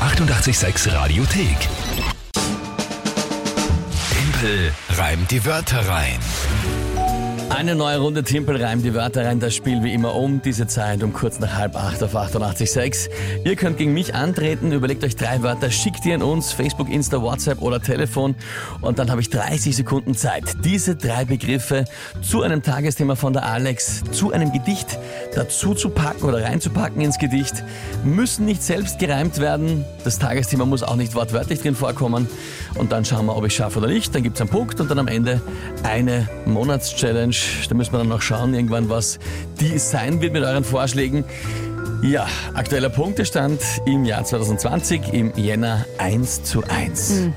886 Radiothek. Tempel reimt die Wörter rein. Eine neue Runde Timpel reimt die Wörter rein, das Spiel wie immer um diese Zeit, um kurz nach 7:30 auf 88.6. Ihr könnt gegen mich antreten, überlegt euch 3 Wörter, schickt die an uns, Facebook, Insta, WhatsApp oder Telefon und dann habe ich 30 Sekunden Zeit, diese 3 Begriffe zu einem Tagesthema von der Alex, zu einem Gedicht dazu zu packen oder reinzupacken ins Gedicht, müssen nicht selbst gereimt werden, das Tagesthema muss auch nicht wortwörtlich drin vorkommen und dann schauen wir, ob ich es schaffe oder nicht, dann gibt es einen Punkt und dann am Ende eine Monatschallenge. Da müssen wir dann noch schauen, irgendwann, was die sein wird mit euren Vorschlägen. Ja, aktueller Punktestand im Jahr 2020, im Jänner 1:1.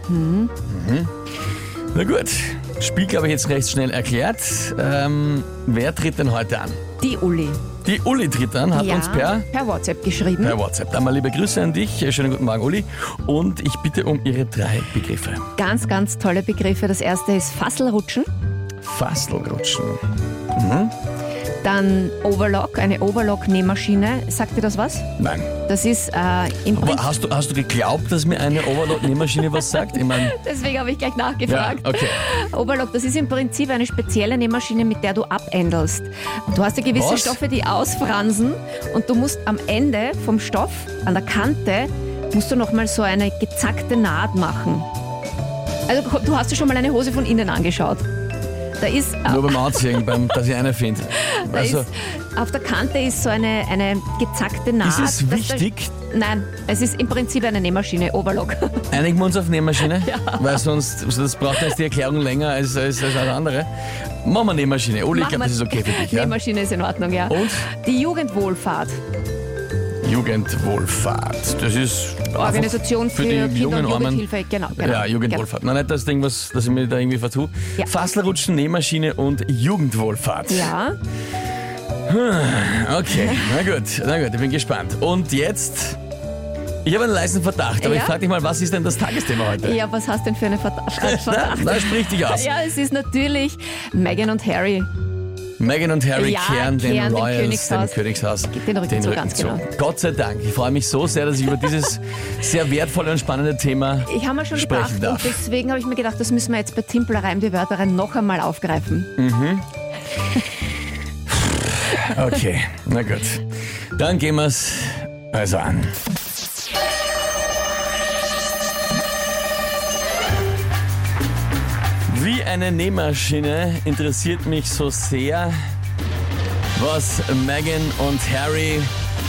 Na gut, Spiel glaube ich jetzt recht schnell erklärt. Wer tritt denn heute an? Die Uli. Die Uli tritt an, hat uns per WhatsApp geschrieben. Per WhatsApp. Dann mal liebe Grüße an dich. Schönen guten Morgen, Uli. Und ich bitte um ihre 3 Begriffe. Ganz, ganz tolle Begriffe. Das erste ist Fasselrutschen. Fasselrutschen. Dann Overlock, eine Overlock-Nähmaschine. Sagt dir das was? Nein. Das ist im Aber Prinzip... hast du geglaubt, dass mir eine Overlock-Nähmaschine was sagt? Ich mein, Deswegen habe ich gleich nachgefragt. ja, okay. Overlock, das ist im Prinzip eine spezielle Nähmaschine, mit der du abändelst. Du hast ja gewisse Was? Stoffe, die ausfransen und du musst am Ende vom Stoff, an der Kante, musst du nochmal so eine gezackte Naht machen. Also du hast dir schon mal eine Hose von innen angeschaut. Da ist... Nur beim Anziehen, dass ich eine finde. Da Also, ist, auf der Kante ist so eine gezackte Naht. ist es dass da- wichtig? Nein, es ist im Prinzip eine Nähmaschine, Overlock. Einigen wir uns auf Nähmaschine? Ja. Weil sonst das braucht jetzt die Erklärung länger als alles andere. Machen wir Nähmaschine. Uli, ich glaube, das ist okay für dich. Ja? Nähmaschine ist in Ordnung, ja. Und? Die Jugendwohlfahrt, Jugendwohlfahrt. Das ist Organisation für die Kinder- jungen und Armen. Jugendhilfe. Genau. Ja, Jugendwohlfahrt. Nein, nicht das Ding, dass ich mir da irgendwie vertue. Ja. Fasselrutschen, Nähmaschine und Jugendwohlfahrt. Ja, Okay, na gut, ich bin gespannt. Und jetzt, ich habe einen leisen Verdacht, aber Ja? ich frage dich mal, was ist denn das Tagesthema heute? ja, was hast du denn für einen Verdacht? Na, sprich dich aus. Ja, es ist natürlich Meghan und Harry. Meghan und Harry Ja, kehren den kehren dem Royals, dem Königshaus. Königshaus, Den Rücken zu, ganz genau. Gott sei Dank. Ich freue mich so sehr, dass ich über dieses sehr wertvolle und spannende Thema Ich habe mir schon sprechen gedacht darf. und deswegen habe ich mir gedacht, das müssen wir jetzt bei Timpel reimt die Wörter rein noch einmal aufgreifen. Okay, na gut. Dann gehen wir es also an. Wie eine Nähmaschine interessiert mich so sehr, was Meghan und Harry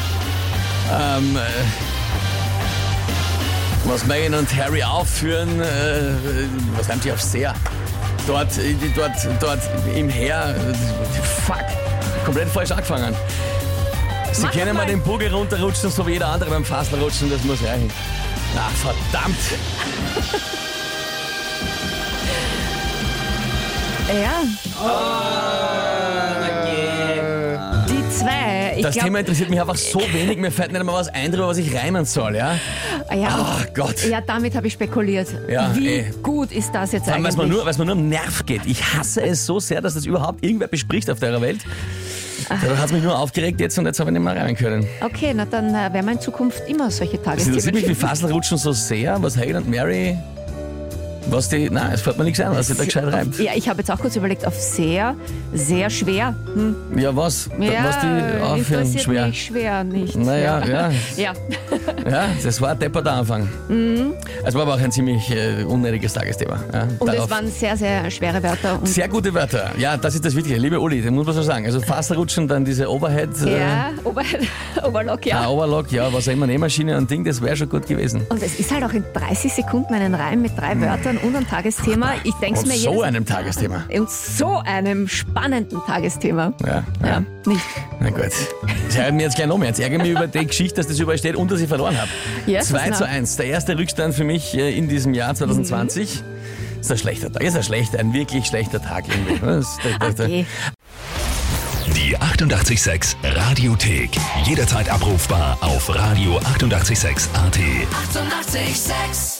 aufführen, was reimt sich auf sehr? Dort im Heer, fuck, komplett falsch angefangen. Sie Mach können mal. mal den Bugel runterrutschen, so wie jeder andere beim Fasselrutschen, das muss reichen. Ach, verdammt! Ja. Die 2. Ich Das glaub, Thema interessiert mich einfach so wenig, mir fällt nicht einmal was ein drüber, was ich reimen soll, ja? ja, Ach Gott. ja, damit habe ich spekuliert. Ja, Wie gut ist das jetzt Vor allem, eigentlich? weil es mir nur um Nerv geht. Ich hasse es so sehr, dass das überhaupt irgendwer bespricht auf der Welt. Da hat es mich nur aufgeregt jetzt und jetzt habe ich nicht mehr reimen können. Okay, na dann werden wir in Zukunft immer solche Das Tagesthemen. interessiert mich, wie Fasselrutschen so sehr, was Meghan und Mary, nein, es fällt mir nichts ein, was sie da gescheit reimt. Ja, ich habe jetzt auch kurz überlegt, auf sehr, sehr schwer. Ja, was? Ja, Was die aufhören, interessiert schwer. mich schwer nicht. Naja, ja. Ja. Ja, das war ein depperter Anfang. Es war aber auch ein ziemlich unnötiges Tagesthema. Ja, Und darauf- es waren sehr, sehr schwere Wörter. Und Sehr gute Wörter. Ja, das ist das Wichtige. Liebe Uli, das muss man so sagen. Also Fasselrutschen, dann diese Overhead, ja, Overlock, ja. Overlock, ja, was auch immer, Nähmaschine und Ding, das wäre schon gut gewesen. Und es ist halt auch in 30 Sekunden einen Reim mit 3 Wörtern und ein Tagesthema. Ich denke Und mir so jedes einem Tagesthema. und so einem spannenden Tagesthema. Ja, Ja, nicht. Na gut. Das ärgert mich jetzt gleich noch mehr. Jetzt ärgere ich mich über die Geschichte, dass das überall steht und dass ich verloren habe. Ja, 2:1. Der erste Rückstand für mich in diesem Jahr 2020. Ist ein schlechter Tag. Ist ein wirklich schlechter Tag irgendwie. Okay. Die 886 Radiothek. Jederzeit abrufbar auf radio886.at. 886! 886